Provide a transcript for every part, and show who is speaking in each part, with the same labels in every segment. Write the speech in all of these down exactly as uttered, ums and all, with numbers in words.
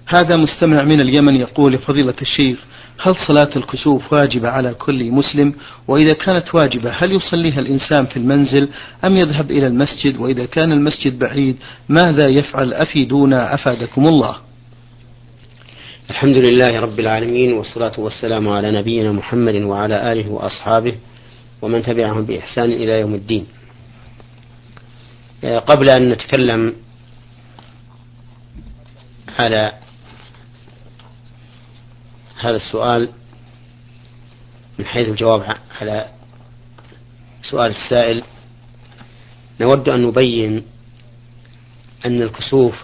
Speaker 1: هذا مستمع من اليمن يقول: فضيلة الشيخ، هل صلاة الكسوف واجبة على كل مسلم؟ وإذا كانت واجبة هل يصليها الإنسان في المنزل أم يذهب إلى المسجد؟ وإذا كان المسجد بعيد ماذا يفعل؟ أفيدونا أفادكم الله.
Speaker 2: الحمد لله رب العالمين، والصلاة والسلام على نبينا محمد وعلى آله وأصحابه ومن تبعهم بإحسان إلى يوم الدين. قبل أن نتكلم على هذا السؤال من حيث الجواب على سؤال السائل، نود أن نبين أن الكسوف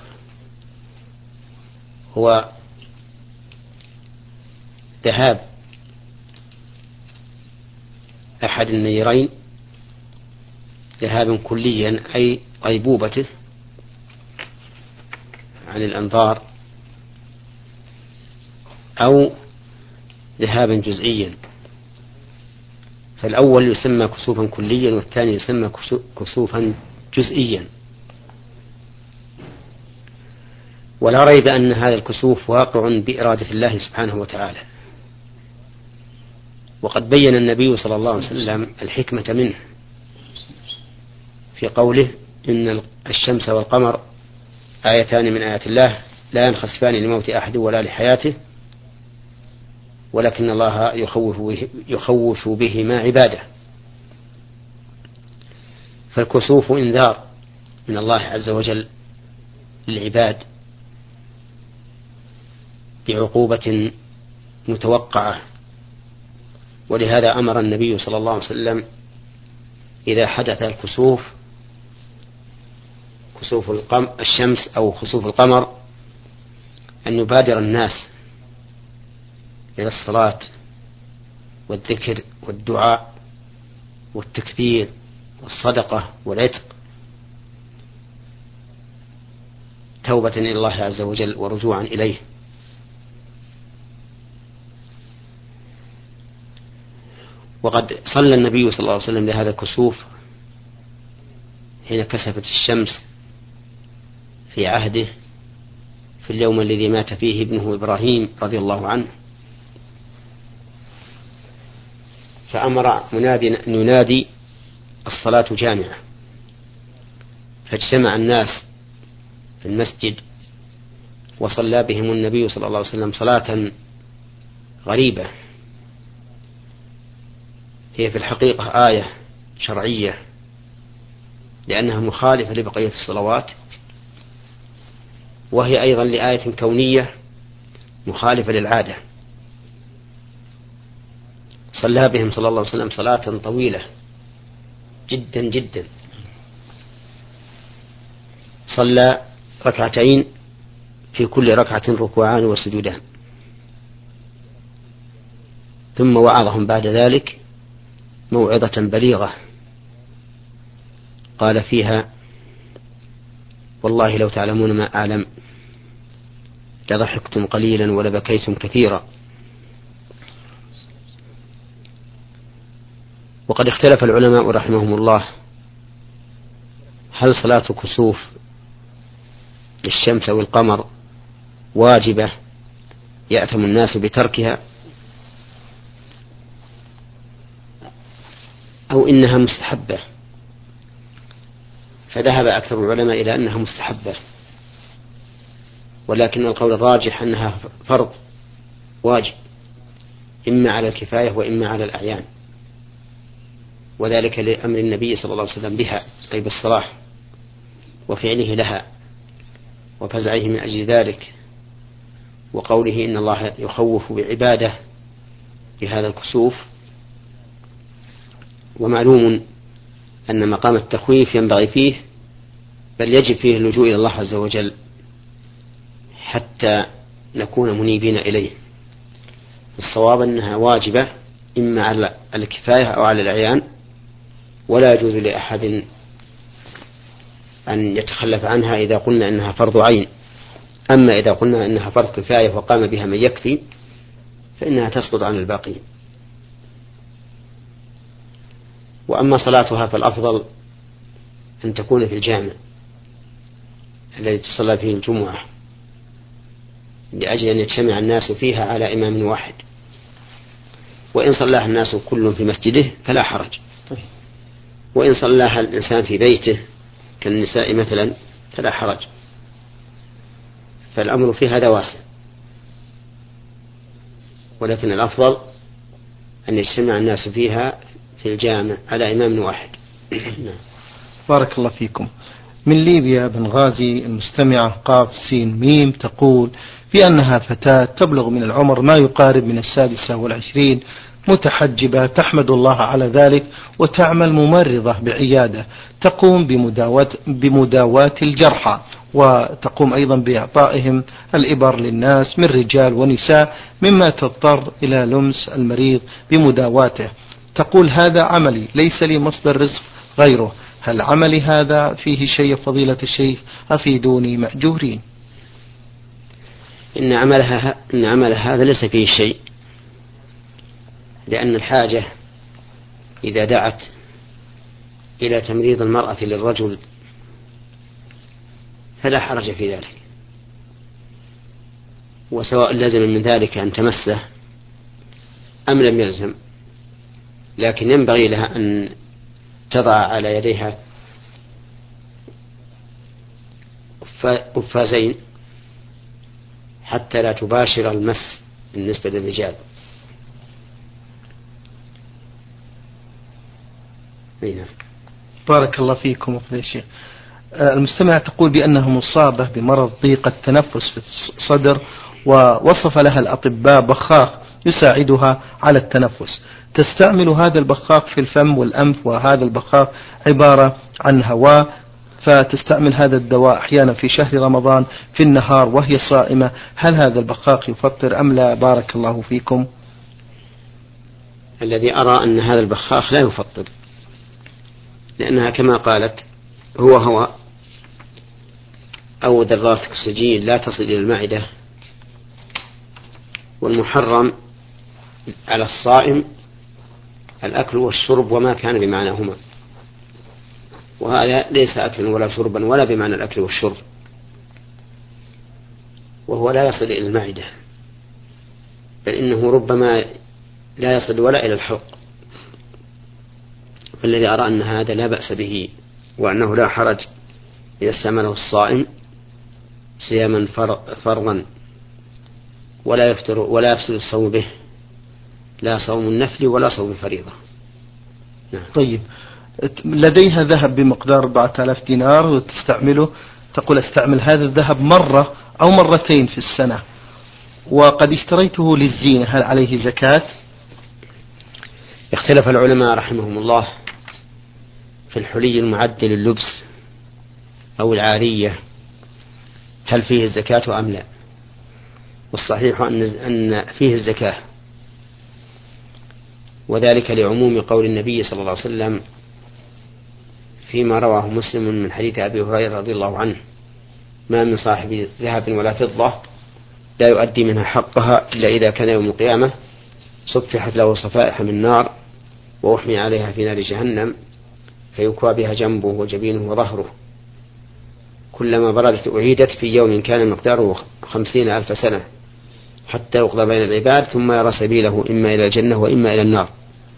Speaker 2: هو ذهاب أحد النيرين ذهابا كليا، أي غيبوبته عن الأنظار، أو ذهابا جزئيا. فالأول يسمى كسوفا كليا، والثاني يسمى كسوفا جزئيا. ولا ريب أن هذا الكسوف واقع بإرادة الله سبحانه وتعالى، وقد بين النبي صلى الله عليه وسلم الحكمة منه في قوله: إن الشمس والقمر آيتان من آيات الله لا ينخسفان لموت أحد ولا لحياته ولكن الله يخوف به يخوف بهما عباده. فالكسوف إنذار من الله عز وجل للعباد بعقوبة متوقعة، ولهذا أمر النبي صلى الله عليه وسلم إذا حدث الكسوف، كسوف الشمس أو خسوف القمر، أن يبادر الناس إلى الصلاة والذكر والدعاء والتكبير والصدقة والعتق، توبة إلى الله عز وجل ورجوعا إليه. وقد صلى النبي صلى الله عليه وسلم لهذا الكسوف حين كسفت الشمس في عهده في اليوم الذي مات فيه ابنه إبراهيم رضي الله عنه، فأمر منادي أن ينادي: الصلاة جامعة. فاجتمع الناس في المسجد وصلى بهم النبي صلى الله عليه وسلم صلاة غريبة، هي في الحقيقة آية شرعية لأنها مخالفة لبقية الصلوات، وهي أيضا لآية كونية مخالفة للعادة. صلى بهم صلى الله عليه وسلم صلاة طويلة جدا جدا، صلى ركعتين في كل ركعة ركوعان وسجودان، ثم وعظهم بعد ذلك موعظة بليغة قال فيها: والله لو تعلمون ما أعلم لضحكتم قليلا ولبكيتم كثيرا. وقد اختلف العلماء رحمهم الله هل صلاة كسوف للشمس أو القمر واجبة يأثم الناس بتركها، أو إنها مستحبة. فذهب أكثر العلماء إلى أنها مستحبة، ولكن القول الراجح أنها فرض واجب، إما على الكفاية وإما على الأعيان، وذلك لأمر النبي صلى الله عليه وسلم بها أي بالصلاة وفعله لها وفزعه من أجل ذلك، وقوله إن الله يخوف بعباده بهذا الكسوف. ومعلوم أن مقام التخويف ينبغي فيه بل يجب فيه اللجوء إلى الله عز وجل حتى نكون منيبين إليه. الصواب أنها واجبة إما على الكفاية أو على العيان، ولا يجوز لأحد أن يتخلف عنها إذا قلنا أنها فرض عين. أما إذا قلنا أنها فرض كفاية وقام بها من يكفي فإنها تسقط عن الباقين. وأما صلاتها فالأفضل أن تكون في الجامع الذي تصلى فيه الجمعة، لأجل أن يجتمع الناس فيها على إمام واحد، وإن صلاها الناس كل في مسجده فلا حرج، وإن صلاها الإنسان في بيته كالنساء مثلا فلا حرج، فالأمر في هذا واسع، ولكن الأفضل أن يجتمع الناس فيها في الجامع على إمام واحد.
Speaker 1: بارك الله فيكم. من ليبيا بنغازي المستمعة قاف سين ميم تقول بأنها فتاة تبلغ من العمر ما يقارب من السادسة والعشرين، متحجبة، تحمد الله على ذلك، وتعمل ممرضة بعيادة تقوم بمداواة, بمداواة الجرحى، وتقوم أيضا بإعطائهم الإبر للناس من رجال ونساء، مما تضطر إلى لمس المريض بمداواته. تقول هذا عملي، ليس لي مصدر رزق غيره، هل عملي هذا فيه شيء فضيلة الشيخ؟ أفيدوني مأجورين.
Speaker 2: إن عملها إن عمل هذا ليس فيه شيء، لأن الحاجة إذا دعت إلى تمريض المرأة للرجل فلا حرج في ذلك، وسواء لزم من ذلك أن تمسه أم لم يلزم، لكن ينبغي لها أن تضع على يديها قفازين حتى لا تباشر المس بالنسبة للرجال.
Speaker 1: بارك الله فيكم أخي الشيخ. المستمع تقول بأنها مصابة بمرض ضيق التنفس في الصدر، ووصف لها الأطباء بخاخ يساعدها على التنفس، تستعمل هذا البخاخ في الفم والأنف، وهذا البخاخ عبارة عن هواء، فتستعمل هذا الدواء أحيانا في شهر رمضان في النهار وهي صائمة، هل هذا البخاخ يفطر أم لا؟ بارك الله فيكم.
Speaker 2: الذي أرى أن هذا البخاخ لا يفطر، لأنها كما قالت هو هواء أو ذرات أكسجين لا تصل إلى المعدة، والمحرم على الصائم الأكل والشرب وما كان بمعناهما، وهذا ليس أكلا ولا شربا ولا بمعنى الأكل والشرب، وهو لا يصل إلى المعدة، بل إنه ربما لا يصل ولا إلى الحلق، فالذي أرى أن هذا لا بأس به، وأنه لا حرج إذا استعمله الصائم صياما فرضا ولا يفتر ولا يفسد الصوم به، لا صوم النفل ولا صوم الفريضة.
Speaker 1: نعم. طيب، لديها ذهب بمقدار أربعة آلاف دينار وتستعمله، تقول استعمل هذا الذهب مرة أو مرتين في السنة، وقد اشتريته للزينة، هل عليه زكاة؟
Speaker 2: اختلف العلماء رحمهم الله في الحلي المعد لللبس أو العارية هل فيه الزكاة أم لا، والصحيح أن فيه الزكاة، وذلك لعموم قول النبي صلى الله عليه وسلم فيما رواه مسلم من حديث أبي هريرة رضي الله عنه: ما من صاحب ذهب ولا فضة لا يؤدي منها حقها إلا إذا كان يوم القيامة صفحت له صفائح من نار وأحمي عليها في نار جهنم فيكوى بها جنبه وجبينه وظهره، كلما بردت أعيدت في يوم كان مقداره خمسين ألف سنة حتى يقضى بين العباد ثم يرى سبيله إما إلى الجنة وإما إلى النار.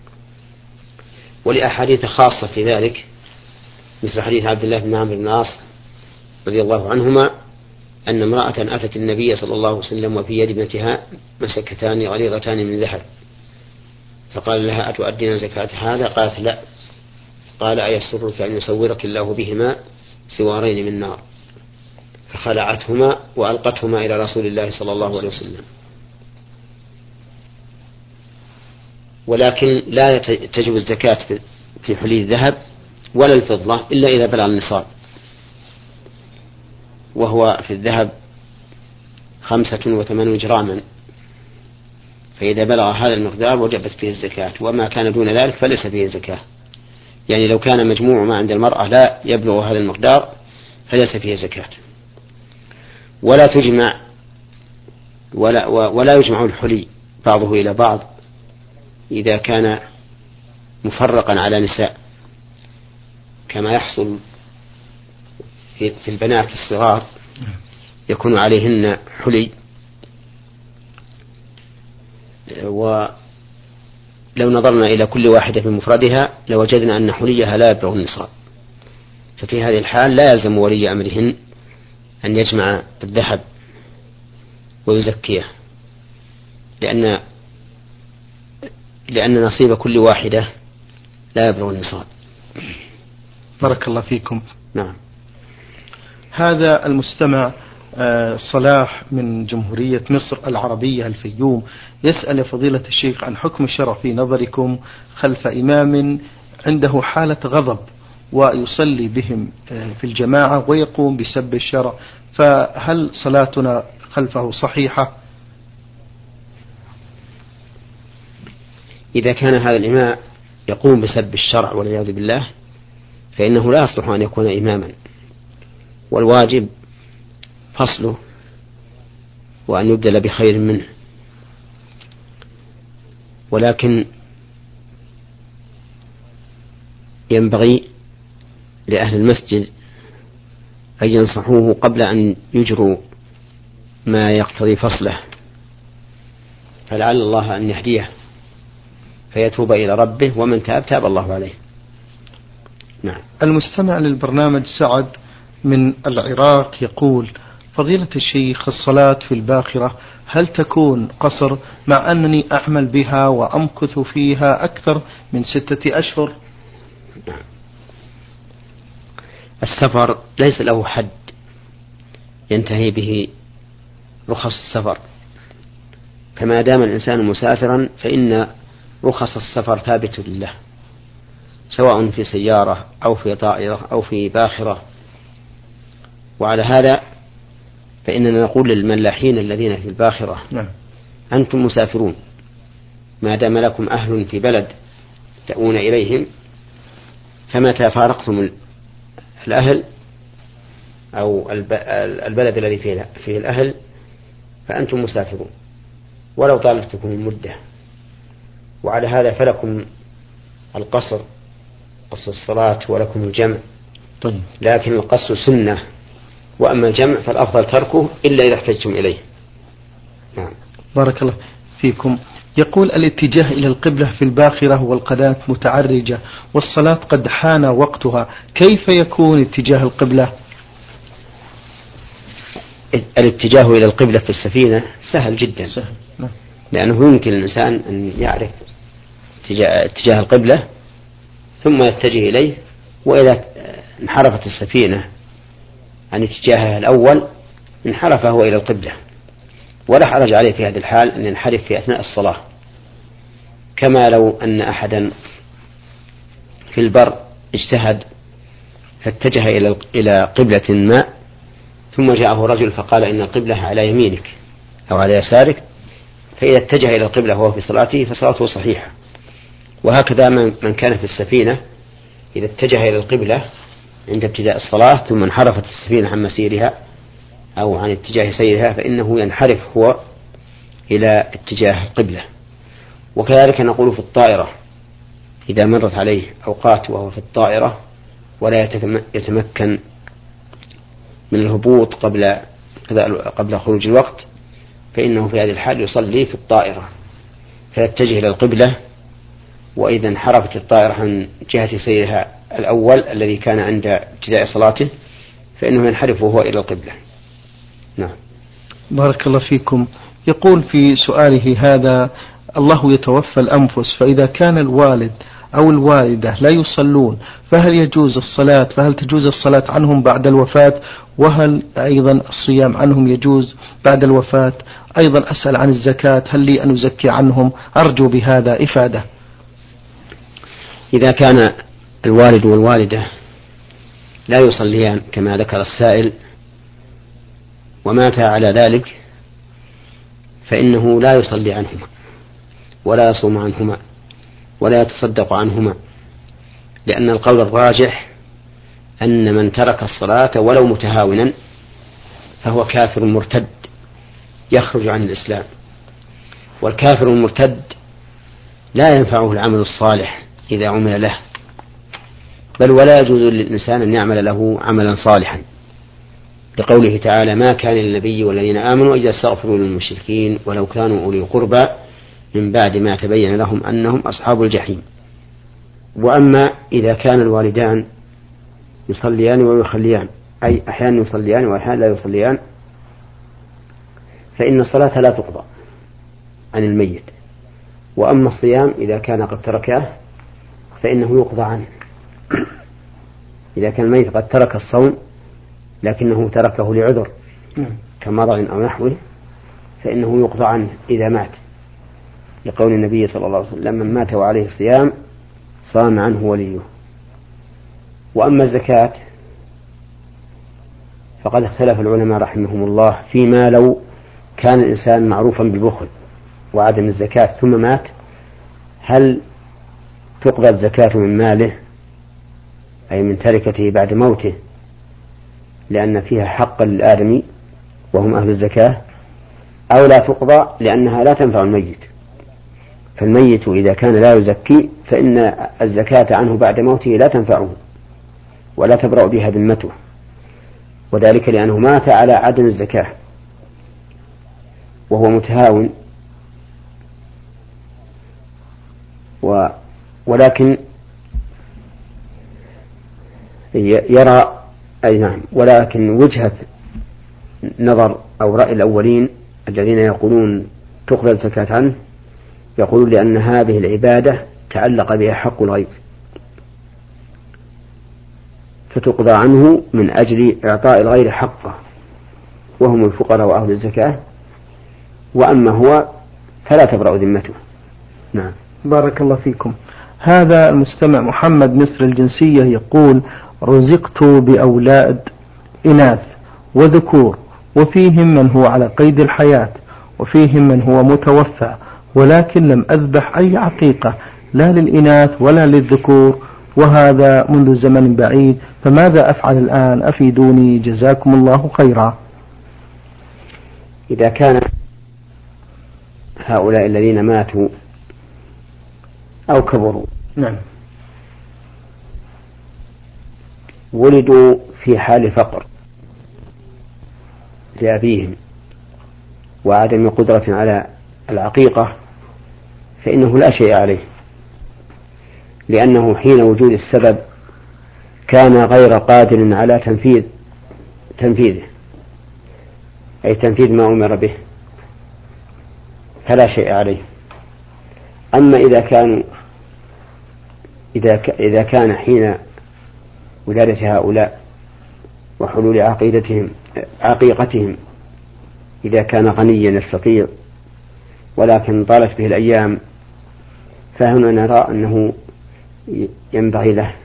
Speaker 2: ولأحاديث خاصة في ذلك مثل حديث عبد الله بن عمرو بن العاص رضي الله عنهما أن امرأة أتت النبي صلى الله عليه وسلم وفي يد ابنتها مسكتان غليظتان من ذهب، فقال لها: أتؤدين زكاة هذا؟ قالت: لا. قال: أيسرك أن يصورك الله بهما سوارين من نار؟ فخلعتهما وألقتهما إلى رسول الله صلى الله عليه وسلم. ولكن لا تجب الزكاة في حلي الذهب ولا الفضة إلا إذا بلغ النصاب، وهو في الذهب خمسة وثمانون جراما، فإذا بلغ هذا المقدار وجبت فيه الزكاة، وما كان دون ذلك فليس فيه زكاة. يعني لو كان مجموع ما عند المرأة لا يبلغ هذا المقدار فليس فيه زكاة. ولا تجمع ولا, ولا يجمع الحلي بعضه إلى بعض إذا كان مفرقا على نساء، كما يحصل في البنات الصغار يكون عليهن حلي ولو نظرنا إلى كل واحدة بمفردها لوجدنا أن حليها لا يبلغ النصاب، ففي هذه الحال لا يلزم ولي أمرهن أن يجمع الذهب ويزكيه، لأن لأن نصيب كل واحدة لا يبلغ النصاب.
Speaker 1: بارك الله فيكم.
Speaker 2: نعم.
Speaker 1: هذا المستمع صلاح من جمهورية مصر العربية الفيوم يسأل فضيلة الشيخ عن حكم الشرع في نظركم خلف إمام عنده حالة غضب ويصلي بهم في الجماعة ويقوم بسب الشرع، فهل صلاتنا خلفه صحيحة؟
Speaker 2: إذا كان هذا الإمام يقوم بسب الشرع والعياذ بالله فإنه لا يصلح أن يكون إماما، والواجب فصله وأن يبدل بخير منه. ولكن ينبغي لأهل المسجد أن ينصحوه قبل أن يجروا ما يقتضي فصله، فلعل الله أن يهديه فيتوب إلى ربه، ومن تاب تاب الله عليه. نعم.
Speaker 1: المستمع للبرنامج سعد من العراق يقول: فضيلة الشيخ، الصلاة في الباخرة هل تكون قصر مع أنني أعمل بها وأمكث فيها أكثر من ستة أشهر؟
Speaker 2: نعم. السفر ليس له حد ينتهي به رخص السفر، فما دام الإنسان مسافرا فإن رخص السفر ثابت لله، سواء في سيارة أو في طائرة أو في باخرة. وعلى هذا فإننا نقول للملاحين الذين في الباخرة:
Speaker 1: نعم.
Speaker 2: أنتم مسافرون، ما دام لكم أهل في بلد تأوون إليهم، فمتى فارقتم الأهل أو البلد الذي فيه الأهل فأنتم مسافرون ولو طالت بكم المدة. وعلى هذا فلكم القصر، قصر الصلاة، ولكم الجمع.
Speaker 1: طيب.
Speaker 2: لكن القصر سنة، وأما الجمع فالأفضل تركه إلا إذا احتجتم إليه. نعم.
Speaker 1: بارك الله فيكم. يقول: الاتجاه إلى القبلة في الباخرة والقناة متعرجة والصلاة قد حان وقتها، كيف يكون اتجاه القبلة؟
Speaker 2: الاتجاه إلى القبلة في السفينة سهل جدا،
Speaker 1: سهل. نعم.
Speaker 2: لأنه يمكن الإنسان أن يعرف اتجاه القبلة ثم يتجه إليه، وإذا انحرفت السفينة عن اتجاهها الأول انحرف هو إلى القبلة، ولا حرج عليه في هذه الحال أن ينحرف في أثناء الصلاة، كما لو أن أحدا في البر اجتهد فاتجه إلى إلى قبلة ما، ثم جاءه رجل فقال إن القبلة على يمينك أو على يسارك، فإذا اتجه إلى القبلة وهو في صلاته فصلاته صحيحة. وهكذا من كان في السفينة إذا اتجه إلى القبلة عند ابتداء الصلاة ثم انحرفت السفينة عن مسيرها أو عن اتجاه سيرها فإنه ينحرف هو إلى اتجاه القبلة. وكذلك نقول في الطائرة إذا مرت عليه أوقات وهو في الطائرة ولا يتمكن من الهبوط قبل قبل خروج الوقت، فإنه في هذه الحال يصلي في الطائرة فيتجه إلى القبلة، وإذا انحرفت الطائرة عن جهة سيرها الأول الذي كان عند ابتداء صلاته فإنه ينحرف وهو إلى القبلة. نعم.
Speaker 1: بارك الله فيكم. يقول في سؤاله هذا: الله يتوفى الأنفس، فإذا كان الوالد أو الوالدة لا يصلون فهل يجوز الصلاة فهل تجوز الصلاة عنهم بعد الوفاة؟ وهل أيضا الصيام عنهم يجوز بعد الوفاة؟ أيضا أسأل عن الزكاة، هل لي أن أزكي عنهم؟ أرجو بهذا إفادة.
Speaker 2: إذا كان الوالد والوالدة لا يصليان كما ذكر السائل ومات على ذلك فإنه لا يصلي عنهما ولا يصوم عنهما ولا يتصدق عنهما، لأن القول الراجح أن من ترك الصلاة ولو متهاونا فهو كافر مرتد يخرج عن الإسلام، والكافر المرتد لا ينفعه العمل الصالح إذا عمل له، بل ولا يجوز للإنسان أن يعمل له عملا صالحا، لقوله تعالى: ما كان للنبي والذين آمنوا إذا استغفروا للمشركين ولو كانوا أولي قربى من بعد ما تبين لهم أنهم أصحاب الجحيم. وأما إذا كان الوالدان يصليان ويخليان، أي أحيانا يصليان وأحيانا لا يصليان، فإن الصلاة لا تقضى عن الميت. وأما الصيام إذا كان قد تركه فإنه يقضى عنه. إذا كان الميت قد ترك الصوم لكنه تركه لعذر كمرض أو نحوه فإنه يقضى عنه إذا مات، لقول النبي صلى الله عليه وسلم: من مات وعليه صيام صام عنه وليه. وأما الزكاة فقد اختلف العلماء رحمهم الله فيما لو كان الإنسان معروفا بالبخل وعدم الزكاة ثم مات، هل تقضى الزكاة من ماله أي من تركته بعد موته لأن فيها حقا للآدمي وهم أهل الزكاة، أو لا تقضى لأنها لا تنفع الميت؟ فالميت إذا كان لا يزكي فإن الزكاة عنه بعد موته لا تنفعه ولا تبرأ بها ذمته، وذلك لأنه مات على عدم الزكاة وهو متهاون. و ولكن يرى أي نعم ولكن وجهة نظر أو رأي الأولين الذين يقولون تقضى الزكاة عنه، يقولون لأن هذه العبادة تعلق بها حق الغير فتقضى عنه من أجل إعطاء الغير حقه وهم الفقراء وأهل الزكاة، وأما هو فلا تبرأ ذمته. نعم.
Speaker 1: بارك الله فيكم. هذا المستمع محمد مصر الجنسية يقول: رزقت بأولاد إناث وذكور، وفيهم من هو على قيد الحياة وفيهم من هو متوفى، ولكن لم أذبح أي عقيقة لا للإناث ولا للذكور، وهذا منذ زمن بعيد، فماذا أفعل الآن؟ أفيدوني جزاكم الله خيرا.
Speaker 2: إذا كان هؤلاء الذين ماتوا أو كبروا
Speaker 1: نعم
Speaker 2: ولدوا في حال فقر لأبيهم وعدم قدرة على العقيقة فإنه لا شيء عليه، لأنه حين وجود السبب كان غير قادر على تنفيذ تنفيذه أي تنفيذ ما أمر به، فلا شيء عليه. أما إذا كانوا إذا إذا كان حين ولادة هؤلاء وحلول عقيدتهم عقيقتهم إذا كان غنيا يستطيع ولكن طالت به الأيام، فهنا نرى أنه ينبغي له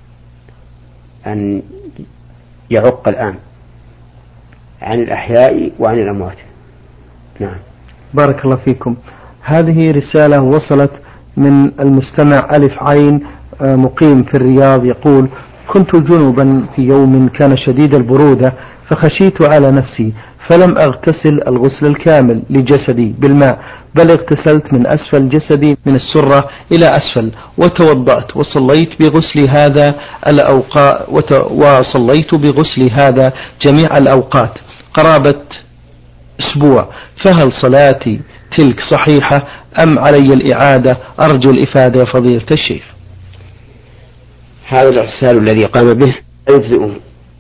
Speaker 2: أن يعق الآن عن الأحياء وعن الأموات. نعم.
Speaker 1: بارك الله فيكم. هذه رسالة وصلت من المستمع ألف عين مقيم في الرياض يقول: كنت جنبا في يوم كان شديد البرودة فخشيت على نفسي فلم أغتسل الغسل الكامل لجسدي بالماء، بل اغتسلت من أسفل جسدي من السرة إلى أسفل وتوضأت وصليت بغسل هذا الأوقات وصليت بغسل هذا جميع الأوقات قرابة أسبوع، فهل صلاتي تلك صحيحة أم علي الإعادة؟ أرجو الإفادة يا فضيلة الشيخ.
Speaker 2: هذا الاغتسال الذي قام به يجزئه،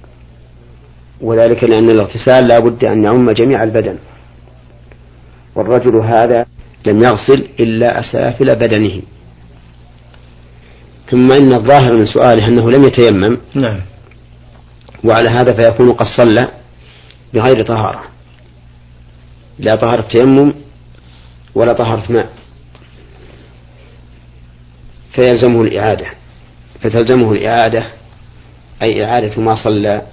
Speaker 2: وذلك لأن الاغتسال لا بد أن يعم جميع البدن، والرجل هذا لم يغسل إلا أسافل بدنه. ثم إن الظاهر من سؤاله أنه لم يتيمم.
Speaker 1: نعم.
Speaker 2: وعلى هذا فيكون قد صلى بغير طهارة، لا طهارة تيمم ولا طهارة ماء، فيلزمه الإعادة فتلزمه الإعادة أي إعادة ما صلى،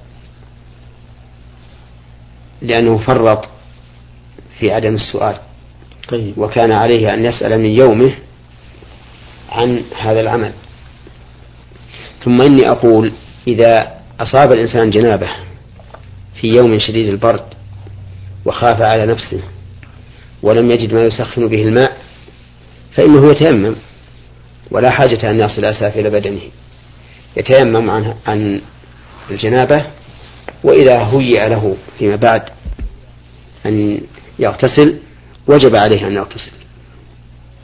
Speaker 2: لأنه فرط في عدم السؤال.
Speaker 1: طيب.
Speaker 2: وكان عليه أن يسأل من يومه عن هذا العمل. ثم إني أقول إذا أصاب الإنسان جنابه في يوم شديد البرد وخاف على نفسه ولم يجد ما يسخن به الماء فإنه يتيمم، ولا حاجة أن يصل أسافل بدنه، يتيمم عن, عن الجنابة، وإذا هيئ له فيما بعد أن يغتسل وجب عليه أن يغتسل.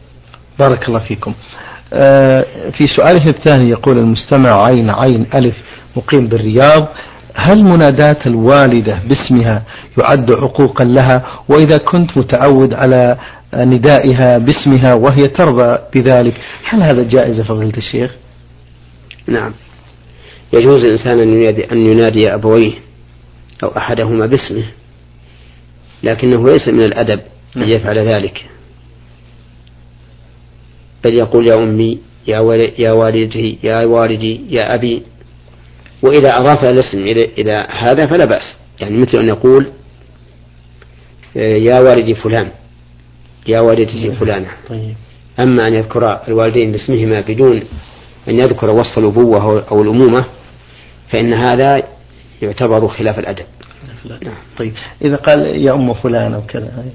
Speaker 1: بارك الله فيكم. في سؤاله الثاني يقول المستمع عين عين ألف مقيم بالرياض: هل مناداة الوالدة باسمها يعد عقوقا لها؟ وإذا كنت متعود على ندائها باسمها وهي ترضى بذلك، هل هذا جائز فضيلة الشيخ؟
Speaker 2: نعم، يجوز الإنسان أن ينادي, أن ينادي أبويه أو أحدهما باسمه، لكنه ليس من الأدب أن يفعل ذلك، بل يقول يا أمي، يا والدتي، يا والدي، يا أبي. وإذا أضاف الاسم إلى هذا فلا بأس، يعني مثل أن يقول يا والدي فلان، يا والدتي فلانة. أما أن يذكر الوالدين باسمهما بدون أن يذكر وصف الأبوة أو الأمومة فإن هذا يعتبر خلاف الأدب.
Speaker 1: طيب إذا قال يا أم فلان أو كذا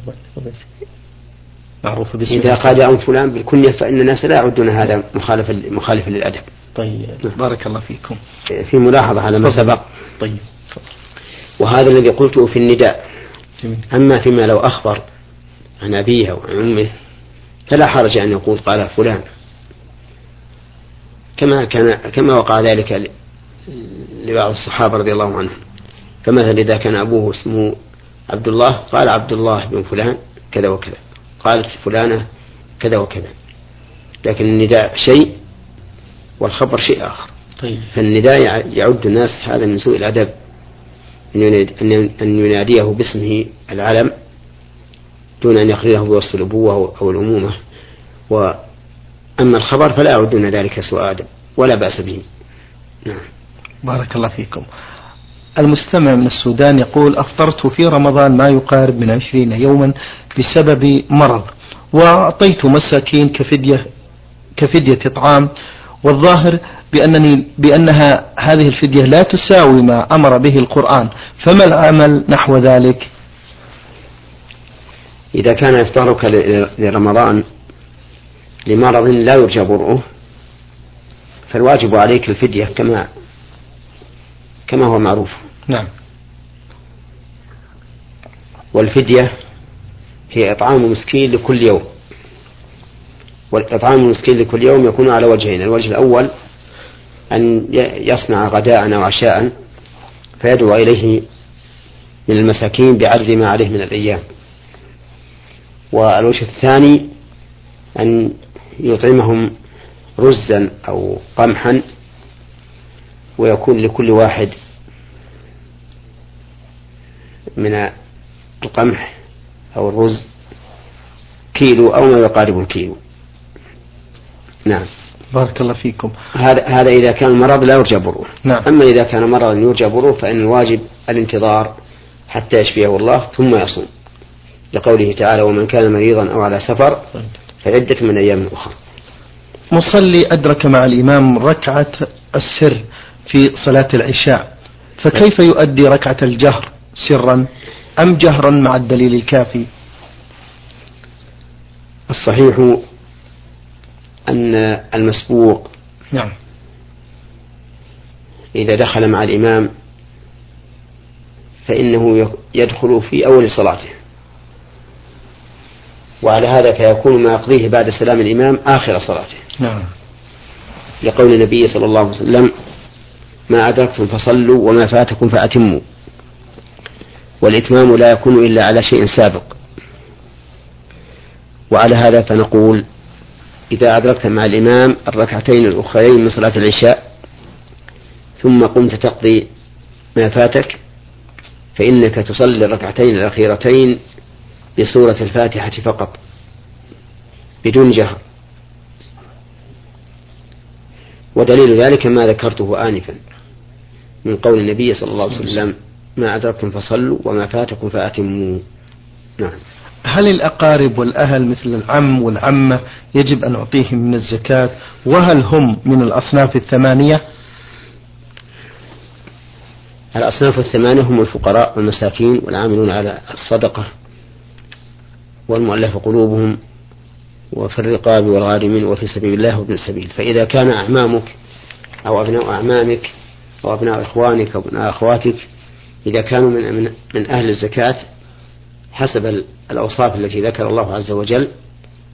Speaker 1: معروف باسمه،
Speaker 2: إذا قال يا أم فلان بالكنية فإن الناس لا يعدون هذا مخالف مخالف للأدب.
Speaker 1: طيب بارك الله فيكم.
Speaker 2: في ملاحظة على ما سبق.
Speaker 1: طيب.
Speaker 2: وهذا الذي قلته في النداء. أما فيما لو أخبر عن أبيه أو عن أمه فلا حرج أن يقول قال فلان، كما كان كما وقع ذلك لبعض الصحابة رضي الله عنهم. فمثلا إذا كان أبوه اسمه عبد الله قال عبد الله بن فلان كذا وكذا، قالت فلانة كذا وكذا، لكن النداء شيء والخبر شيء آخر.
Speaker 1: طيب.
Speaker 2: فالنداء يعد الناس هذا من سوء الأدب أن يناديه باسمه العلم دون أن يخليه بوصف الأبوة أو الأمومة. وأما الخبر فلا يعدون ذلك سوء أدب ولا بأس به. نعم.
Speaker 1: بارك الله فيكم. المستمع من السودان يقول: أفطرت في رمضان ما يقارب من عشرين يوما بسبب مرض، وأعطيت مساكين كفدية كفدية إطعام، والظاهر بأنني بأنها هذه الفدية لا تساوي ما أمر به القرآن، فما العمل نحو ذلك؟
Speaker 2: إذا كان إفطارك لرمضان لمرض لا يرجى برؤه فالواجب عليك الفدية كما كما هو معروف.
Speaker 1: نعم.
Speaker 2: والفدية هي إطعام مسكين لكل يوم، والإطعام المسكين لكل يوم يكون على وجهين: الوجه الأول أن يصنع غداء أو عشاء فيدعو إليه من المساكين بعدد ما عليه من الأيام، والوجه الثاني أن يطعمهم رزا أو قمحا ويكون لكل واحد من القمح أو الرز كيلو أو ما يقارب الكيلو. نعم.
Speaker 1: بارك الله فيكم.
Speaker 2: هذا هذا إذا كان مرض لا يرجى بروه.
Speaker 1: نعم.
Speaker 2: أما إذا كان مرضا يرجى بروه فإن الواجب الانتظار حتى يشفيه الله ثم يصوم، لقوله تعالى: ومن كان مريضا أو على سفر فعدة من أيام أخرى.
Speaker 1: مصلي أدرك مع الإمام ركعة السر في صلاة العشاء، فكيف يؤدي ركعة الجهر سرا أم جهرا مع الدليل الكافي؟
Speaker 2: الصحيح أن المسبوق
Speaker 1: نعم
Speaker 2: إذا دخل مع الإمام فإنه يدخل في أول صلاته، وعلى هذا فيكون ما يقضيه بعد سلام الإمام آخر صلاته.
Speaker 1: نعم.
Speaker 2: لقول النبي صلى الله عليه وسلم: ما أدركتم فصلوا وما فاتكم فأتموا. والإتمام لا يكون إلا على شيء سابق. وعلى هذا فنقول: إذا أدركت مع الإمام الركعتين الأخرين من صلاة العشاء ثم قمت تقضي ما فاتك فإنك تصلي الركعتين الأخيرتين بسورة الفاتحة فقط بدون جهر. ودليل ذلك ما ذكرته آنفا من قول النبي صلى الله عليه وسلم: ما أدركتم فصلوا وما فاتكم فأتموا. نعم.
Speaker 1: هل الأقارب والأهل مثل العم والعمة يجب أن أعطيهم من الزكاة، وهل هم من الأصناف الثمانية؟
Speaker 2: الأصناف الثمانية هم الفقراء والمساكين والعاملون على الصدقة والمؤلف قلوبهم وفي الرقاب والغارمين وفي سبيل الله وابن السبيل. فإذا كان أعمامك أو أبناء أعمامك أو أبناء إخوانك أو أبناء أخواتك إذا كانوا من, من أهل الزكاة حسب الأوصاف التي ذكر الله عز وجل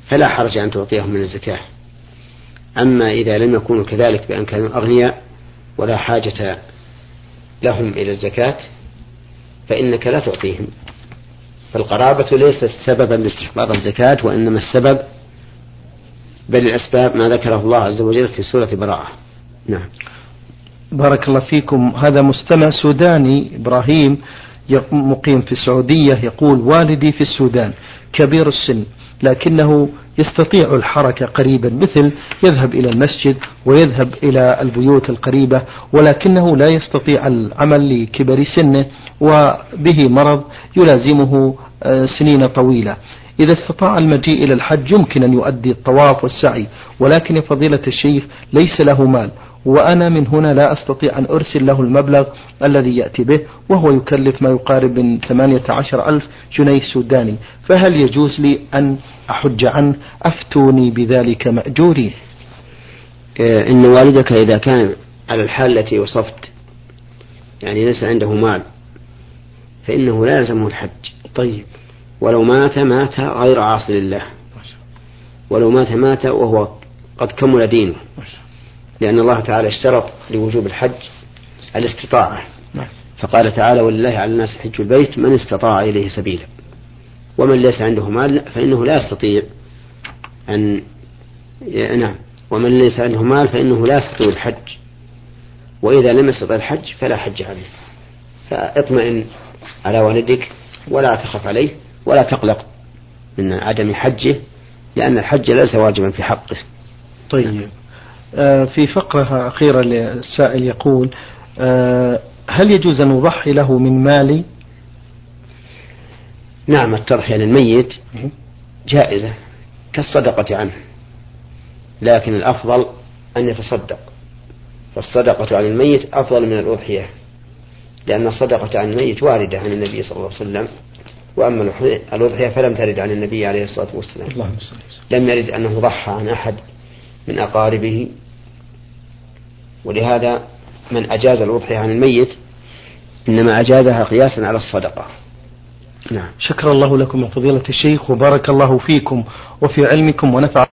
Speaker 2: فلا حرج أن تعطيهم من الزكاة. أما إذا لم يكونوا كذلك بأن كانوا أغنياء ولا حاجة لهم إلى الزكاة فإنك لا تعطيهم. فالقرابة ليست سببا لاستحقاق الزكاة، وإنما السبب بل الأسباب ما ذكره الله عز وجل في سورة براءة. نعم.
Speaker 1: بارك الله فيكم. هذا مستمع سوداني إبراهيم مقيم في السعودية يقول: والدي في السودان كبير السن لكنه يستطيع الحركة قريبا، مثل يذهب إلى المسجد ويذهب إلى البيوت القريبة، ولكنه لا يستطيع العمل لكبر سنه وبه مرض يلازمه سنين طويلة. إذا استطاع المجيء إلى الحج يمكن أن يؤدي الطواف والسعي، ولكن فضيلة الشيخ ليس له مال، وأنا من هنا لا أستطيع أن أرسل له المبلغ الذي يأتي به، وهو يكلف ما يقارب من ثمانية عشر ألف جنيه سوداني، فهل يجوز لي أن أحج عنه؟ أفتوني بذلك مأجورين.
Speaker 2: إن والدك إذا كان على الحال التي وصفت، يعني ليس عنده مال، فإنه لا يلزمه الحج.
Speaker 1: طيب.
Speaker 2: ولو مات مات غير عاصي لله، ولو مات مات وهو قد كمل دينه، لأن الله تعالى اشترط لوجوب الحج الاستطاعة، فقال تعالى: ولله على الناس حج البيت من استطاع إليه سبيلا. ومن ليس عنده مال فإنه لا يستطيع أن نعم ومن ليس عنده مال فإنه لا يستطيع الحج، وإذا لم يستطع الحج فلا حج عليه. فاطمئن على والدك ولا تخف عليه ولا تقلق من عدم حجه، لأن الحج ليس واجبا في حقه.
Speaker 1: طيب. آه في فقرة أخيرة للسائل يقول: آه هل يجوز أن أضحي له من مالي؟
Speaker 2: نعم، التضحية للميت جائزة كالصدقة عنه، لكن الأفضل أن يتصدق، فالصدقة عن الميت أفضل من الأضحية، لأن الصدقة عن الميت واردة عن النبي صلى الله عليه وسلم، وأما الأضحية فلم ترد عن النبي عليه الصلاة والسلام. لم يرد أنه ضحى عن أحد من أقاربه، ولهذا من أجاز الأضحية عن الميت إنما أجازها قياسا على الصدقة. نعم.
Speaker 1: شكر الله لكم من فضيلة الشيخ، وبارك الله فيكم وفي علمكم ونفع